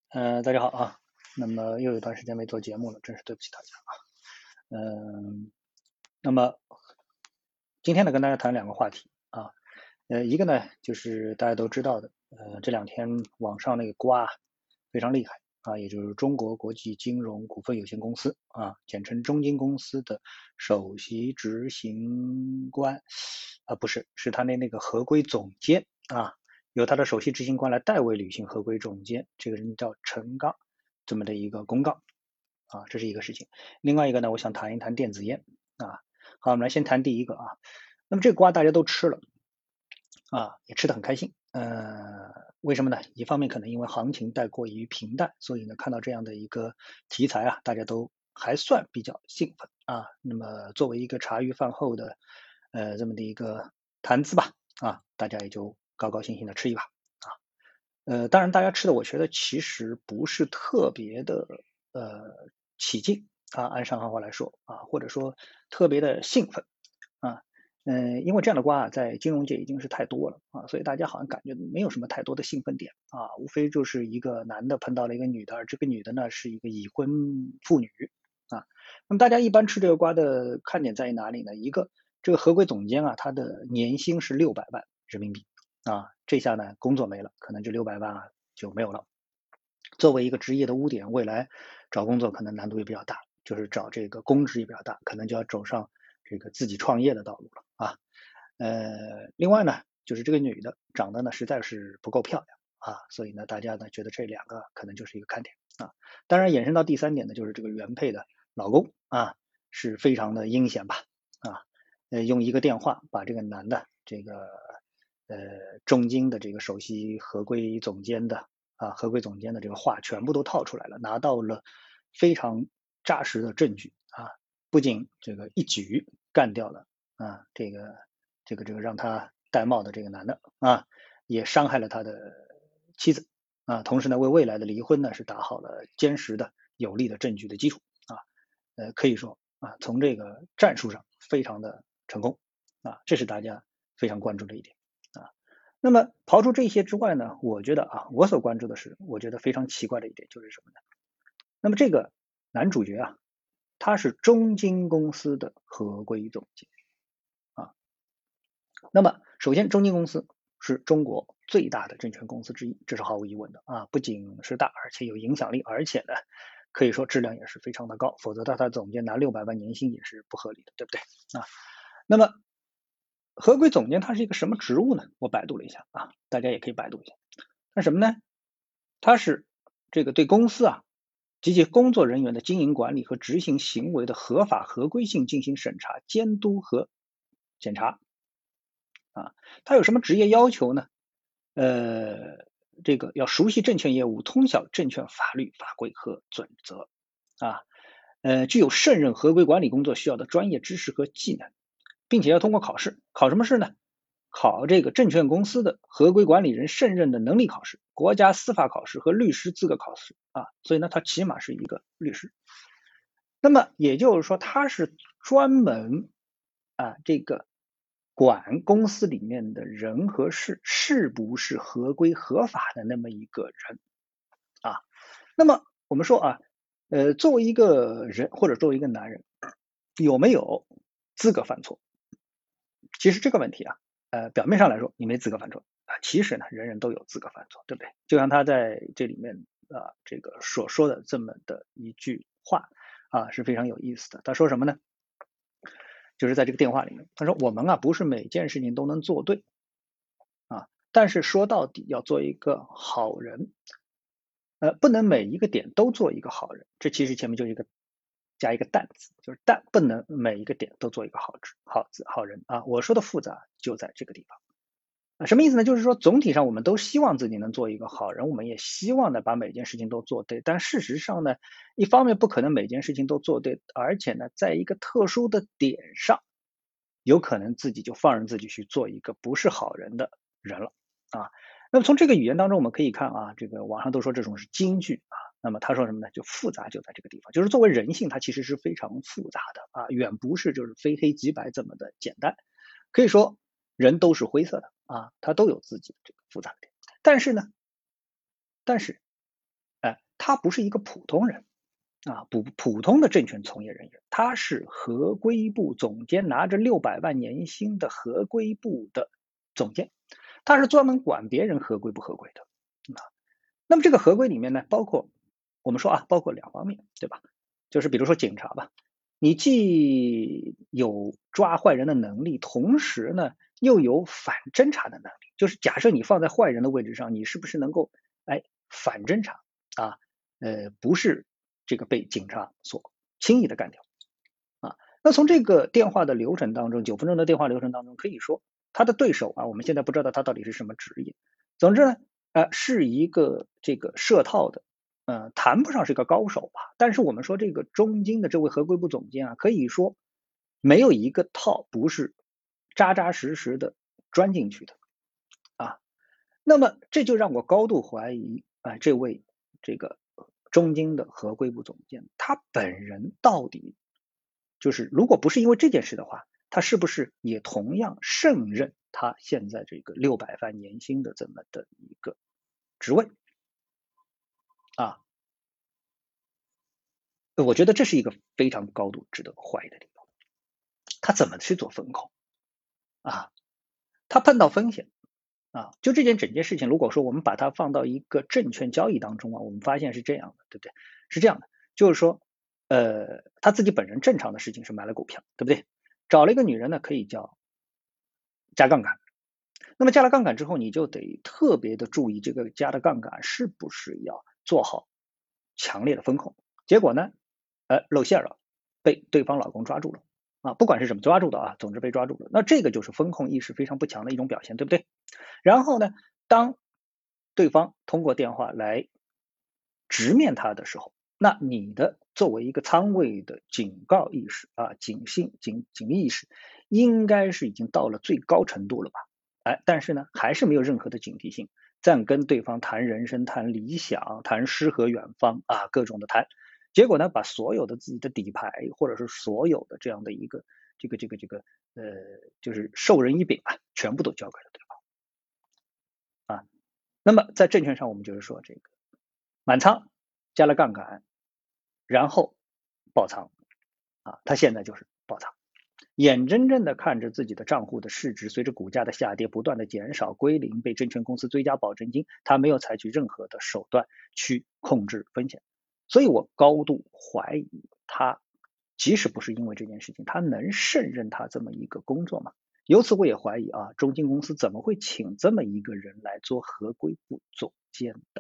大家好啊。那么又有一段时间没做节目了，真是对不起大家啊。嗯，那么今天呢，跟大家谈两个话题啊。一个呢就是大家都知道的，这两天网上那个瓜非常厉害啊，也就是中国国际金融股份有限公司啊，简称中金公司的首席执行官啊，不是，是他的那个合规总监啊，由他的首席执行官来代为履行合规总监，这个人叫陈刚，这么的一个公告啊，这是一个事情。另外一个呢，我想谈一谈电子烟啊。好，我们来先谈第一个啊。那么这个瓜大家都吃了啊，也吃得很开心。为什么呢？一方面可能因为行情太过于平淡，所以呢看到这样的一个题材啊，大家都还算比较兴奋啊。那么作为一个茶余饭后的这么的一个谈资吧啊，大家也就高高兴兴的吃一把啊。当然大家吃的我觉得其实不是特别的起劲啊，按上海话来说啊，或者说特别的兴奋啊。因为这样的瓜啊，在金融界已经是太多了啊，所以大家好像感觉没有什么太多的兴奋点啊，无非就是一个男的碰到了一个女的，而这个女的呢是一个已婚妇女啊。那么大家一般吃这个瓜的看点在于哪里呢？一个，这个合规总监啊，他的年薪是600万人民币啊，这下呢工作没了，可能这600万啊就没有了。作为一个职业的污点，未来找工作可能难度也比较大，就是找这个公职也比较大，可能就要走上这个自己创业的道路了啊。另外呢，就是这个女的长得呢实在是不够漂亮啊，所以呢，大家呢觉得这两个可能就是一个看点啊。当然，衍生到第三点呢，就是这个原配的老公啊，是非常的阴险吧啊。用一个电话把这个男的这个中金的这个首席合规总监的这个话全部都套出来了，拿到了非常扎实的证据啊。不仅这个一举干掉了啊这个让他戴帽的这个男的啊，也伤害了他的妻子啊，同时呢为未来的离婚呢是打好了坚实的有力的证据的基础啊。可以说啊从这个战术上非常的成功啊，这是大家非常关注的一点啊。那么刨出这些之外呢，我觉得啊，我所关注的是，我觉得非常奇怪的一点就是什么呢？那么这个男主角啊，他是中金公司的合规总监啊。那么首先，中金公司是中国最大的证券公司之一，这是毫无疑问的啊。不仅是大，而且有影响力，而且呢，可以说质量也是非常的高，否则他总监拿600万年薪也是不合理的，对不对啊？那么合规总监他是一个什么职务呢？我百度了一下啊，大家也可以百度一下。那什么呢？他是这个对公司啊及其工作人员的经营管理和执行行为的合法合规性进行审查、监督和检查啊。他有什么职业要求呢？这个要熟悉证券业务，通晓证券法律法规和准则啊。具有胜任合规管理工作需要的专业知识和技能，并且要通过考试。考什么试呢？考这个证券公司的合规管理人胜任的能力考试、国家司法考试和律师资格考试啊。所以呢，他起码是一个律师。那么也就是说，他是专门这个管公司里面的人和事是不是合规合法的那么一个人啊。那么我们说啊，作为一个人或者作为一个男人，有没有资格犯错？其实这个问题啊，表面上来说你没资格犯错啊，其实呢人人都有资格犯错，对不对？就像他在这里面这个所说的这么的一句话啊，是非常有意思的。他说什么呢？就是在这个电话里面，他说我们啊不是每件事情都能做对啊，但是说到底要做一个好人，不能每一个点都做一个好人。这其实前面就加一个但字，就是但不能每一个点都做一个好人啊。我说的复杂就在这个地方。什么意思呢？就是说，总体上我们都希望自己能做一个好人，我们也希望呢把每件事情都做对。但事实上呢，一方面不可能每件事情都做对，而且呢，在一个特殊的点上，有可能自己就放任自己去做一个不是好人的人了啊。那么从这个语言当中，我们可以看啊，这个网上都说这种是金句啊。那么他说什么呢？就复杂就在这个地方，就是作为人性，它其实是非常复杂的啊，远不是就是非黑即白这么的简单。可以说人都是灰色的啊，他都有自己的这个复杂的点。但是呢， 他不是一个普通人啊，普通的证券从业人员，他是合规部总监，拿着600万年薪的合规部的总监，他是专门管别人合规不合规的啊。那么这个合规里面呢，包括我们说啊，包括2方面，对吧？就是比如说警察吧，你既有抓坏人的能力，同时呢又有反侦查的能力。就是假设你放在坏人的位置上，你是不是能够反侦查啊？不是这个被警察所轻易的干掉啊。那从这个电话的流程当中，9分钟的电话流程当中，可以说他的对手啊，我们现在不知道他到底是什么职业。总之呢，是一个这个设套的，谈不上是个高手吧。但是我们说这个中金的这位合规部总监啊，可以说没有一个套不是扎扎实实的钻进去的啊。那么这就让我高度怀疑这位这个中金的合规部总监，他本人到底就是如果不是因为这件事的话，他是不是也同样胜任他现在这个600万年薪的这么的一个职位啊？我觉得这是一个非常高度值得怀疑的地方。他怎么去做风控啊？他碰到风险啊，就整件事情，如果说我们把它放到一个证券交易当中啊，我们发现是这样的，对不对？是这样的，就是说，他自己本人正常的事情是买了股票，对不对？找了一个女人呢，可以叫加杠杆。那么加了杠杆之后，你就得特别的注意这个加的杠杆是不是要做好强烈的风控。结果呢，露馅了，被对方老公抓住了啊，不管是怎么抓住的啊，总之被抓住了。那这个就是风控意识非常不强的一种表现，对不对？然后呢，当对方通过电话来直面他的时候，那你的作为一个仓位的警告意识啊，警意识，应该是已经到了最高程度了吧？但是呢，还是没有任何的警惕性，在跟对方谈人生、谈理想、谈诗和远方啊，各种的谈，结果呢，把所有的自己的底牌，或者是所有的这样的一个呃，就是授人以柄啊，全部都交给了对方啊。那么在证券上，我们就是说这个满仓加了杠杆，然后爆仓啊，他现在就是爆仓。眼睁睁的看着自己的账户的市值随着股价的下跌不断的减少归零，被证券公司追加保证金，他没有采取任何的手段去控制风险，所以我高度怀疑他，即使不是因为这件事情，他能胜任他这么一个工作吗？由此我也怀疑啊，中金公司怎么会请这么一个人来做合规部总监的，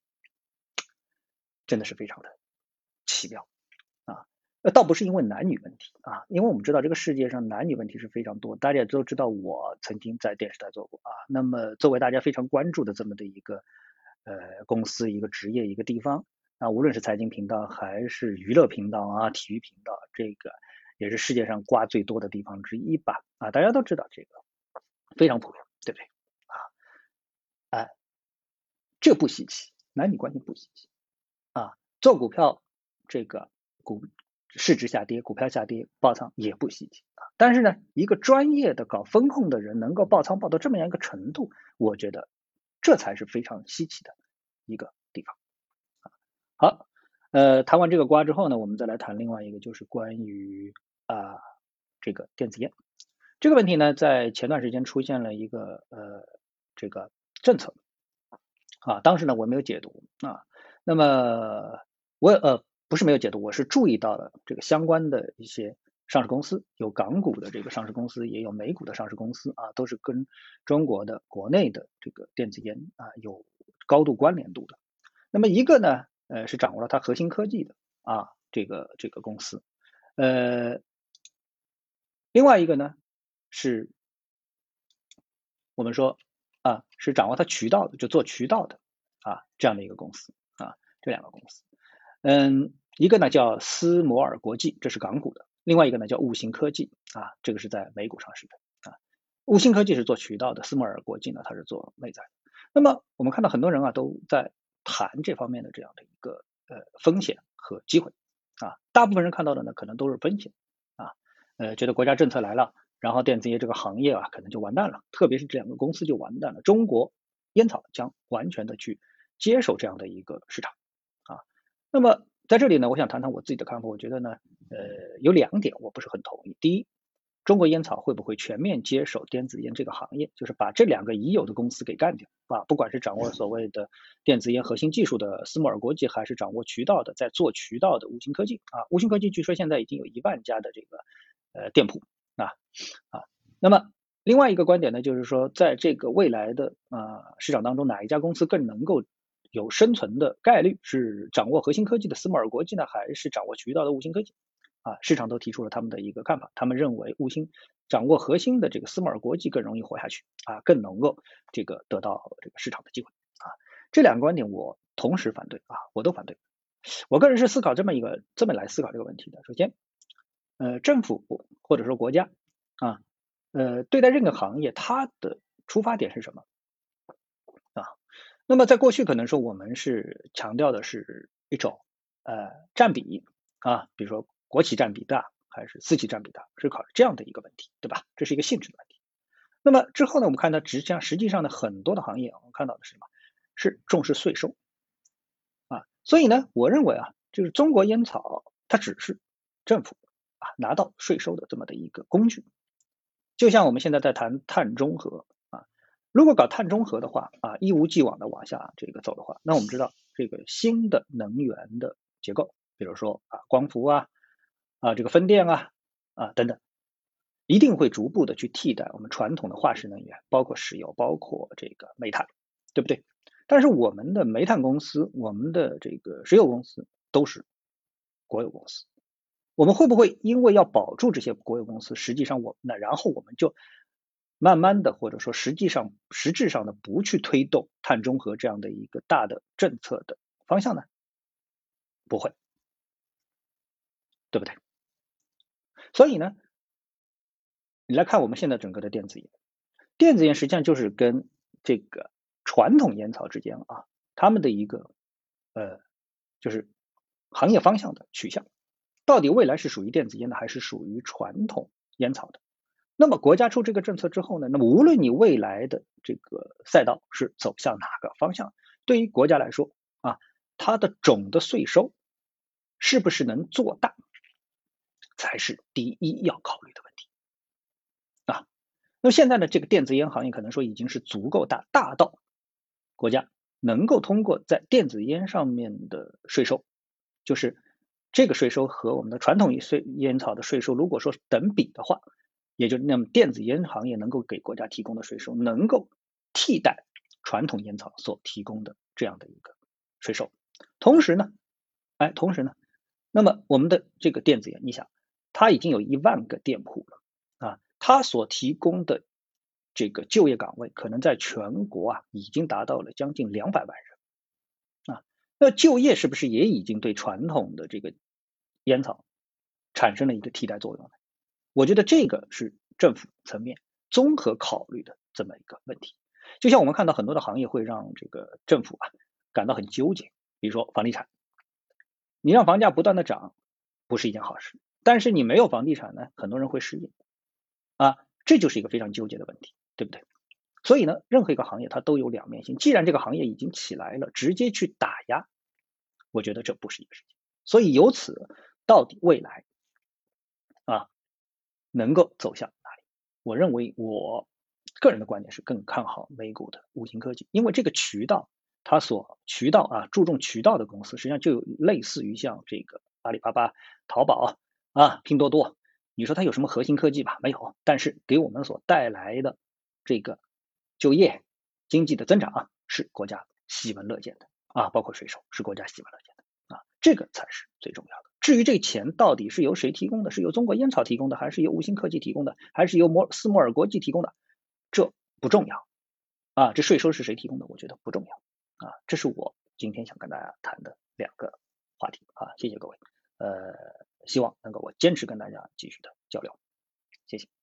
真的是非常的奇妙啊。倒不是因为男女问题啊，因为我们知道这个世界上男女问题是非常多，大家也都知道我曾经在电视台做过啊。那么作为大家非常关注的这么的一个公司、一个职业、一个地方啊，无论是财经频道还是娱乐频道啊、体育频道，这个也是世界上瓜最多的地方之一吧啊，大家都知道这个非常普遍，对不对啊？哎，这不稀奇，男女关系不稀奇。做股票这个股市值下跌，股票下跌爆仓也不稀奇啊。但是呢，一个专业的搞风控的人能够爆仓爆到这么样一个程度，我觉得这才是非常稀奇的一个地方。好，谈完这个瓜之后呢，我们再来谈另外一个，就是关于这个电子烟这个问题呢，在前段时间出现了一个这个政策啊，当时呢我没有解读啊，那么我不是没有解读，我是注意到了这个相关的一些上市公司，有港股的这个上市公司，也有美股的上市公司啊，都是跟中国的国内的这个电子烟有高度关联度的。那么一个呢，是掌握了它核心科技的这个公司，呃，另外一个呢是我们说是掌握它渠道的，就做渠道的这样的一个公司这两个公司。一个呢叫斯摩尔国际，这是港股的，另外一个呢叫悟星科技这个是在美股上市的悟星科技是做渠道的，斯摩尔国际呢它是做内在的。那么我们看到很多人都在谈这方面的这样的一个风险和机会大部分人看到的呢可能都是风险觉得国家政策来了，然后电子业这个行业可能就完蛋了，特别是这两个公司就完蛋了，中国烟草将完全的去接受这样的一个市场那么在这里呢，我想谈谈我自己的看法。我觉得呢，有两点我不是很同意。第一，中国烟草会不会全面接手电子烟这个行业，就是把这两个已有的公司给干掉啊？不管是掌握所谓的电子烟核心技术的斯摩尔国际，还是掌握渠道的在做渠道的悟星科技啊，悟星科技据说现在已经有1万家的这个店铺啊啊。那么另外一个观点呢，就是说在这个未来的市场当中，哪一家公司更能够有生存的概率，是掌握核心科技的斯摩尔国际呢，还是掌握渠道的悟星科技？啊，市场都提出了他们的一个看法，他们认为悟星掌握核心的这个斯摩尔国际更容易活下去啊，更能够这个得到这个市场的机会啊。这两个观点我同时反对啊，我都反对。我个人是这么来思考这个问题的。首先，政府或者说国家啊，对待任何行业，它的出发点是什么啊？那么在过去可能说我们是强调的是一种占比啊，比如说国企占比大还是私企占比大，是考虑这样的一个问题，对吧？这是一个性质的问题。那么之后呢，我们看到实际上呢，很多的行业我们看到的是什么？是重视税收啊。所以呢，我认为啊，就是中国烟草它只是政府拿到税收的这么的一个工具。就像我们现在在谈碳中和啊，如果搞碳中和的话啊，一无既往的往下这个走的话，那我们知道这个新的能源的结构，比如说光伏这个风电等等，一定会逐步的去替代我们传统的化石能源，包括石油，包括这个煤炭，对不对？但是我们的煤炭公司，我们的这个石油公司都是国有公司，我们会不会因为要保住这些国有公司，实际上然后我们就慢慢的或者说实质上的不去推动碳中和这样的一个大的政策的方向呢？不会，对不对？所以呢，你来看我们现在整个的电子烟，电子烟实际上就是跟这个传统烟草之间他们的一个呃就是行业方向的取向，到底未来是属于电子烟的还是属于传统烟草的？那么国家出这个政策之后呢，那么无论你未来的这个赛道是走向哪个方向，对于国家来说它的总的税收是不是能做大，才是第一要考虑的问题啊。那么现在呢，这个电子烟行业可能说已经是足够大，大到国家能够通过在电子烟上面的税收，就是这个税收和我们的传统烟草的税收，如果说等比的话，也就那么电子烟行业能够给国家提供的税收，能够替代传统烟草所提供的这样的一个税收。同时呢，那么我们的这个电子烟，你想，它已经有1万个店铺了它所提供的这个就业岗位，可能在全国已经达到了将近200万人那就业是不是也已经对传统的这个烟草产生了一个替代作用呢？我觉得这个是政府层面综合考虑的这么一个问题。就像我们看到很多的行业会让这个政府感到很纠结，比如说房地产，你让房价不断的涨，不是一件好事，但是你没有房地产呢，很多人会失业这就是一个非常纠结的问题，对不对？所以呢，任何一个行业它都有两面性。既然这个行业已经起来了，直接去打压，我觉得这不是一个事情。所以由此到底未来能够走向哪里？我认为我个人的观点是更看好美股的五星科技，因为这个渠道注重渠道的公司，实际上就类似于像这个阿里巴巴、淘宝拼多多。你说它有什么核心科技吧？没有，但是给我们所带来的这个就业、经济的增长是国家喜闻乐见的包括税收是国家喜闻乐见的这个才是最重要的。至于这钱到底是由谁提供的，是由中国烟草提供的，还是由五星科技提供的，还是由斯摩尔国际提供的，这不重要这税收是谁提供的，我觉得不重要这是我今天想跟大家谈的两个话题谢谢各位，希望能够我坚持跟大家继续的交流，谢谢。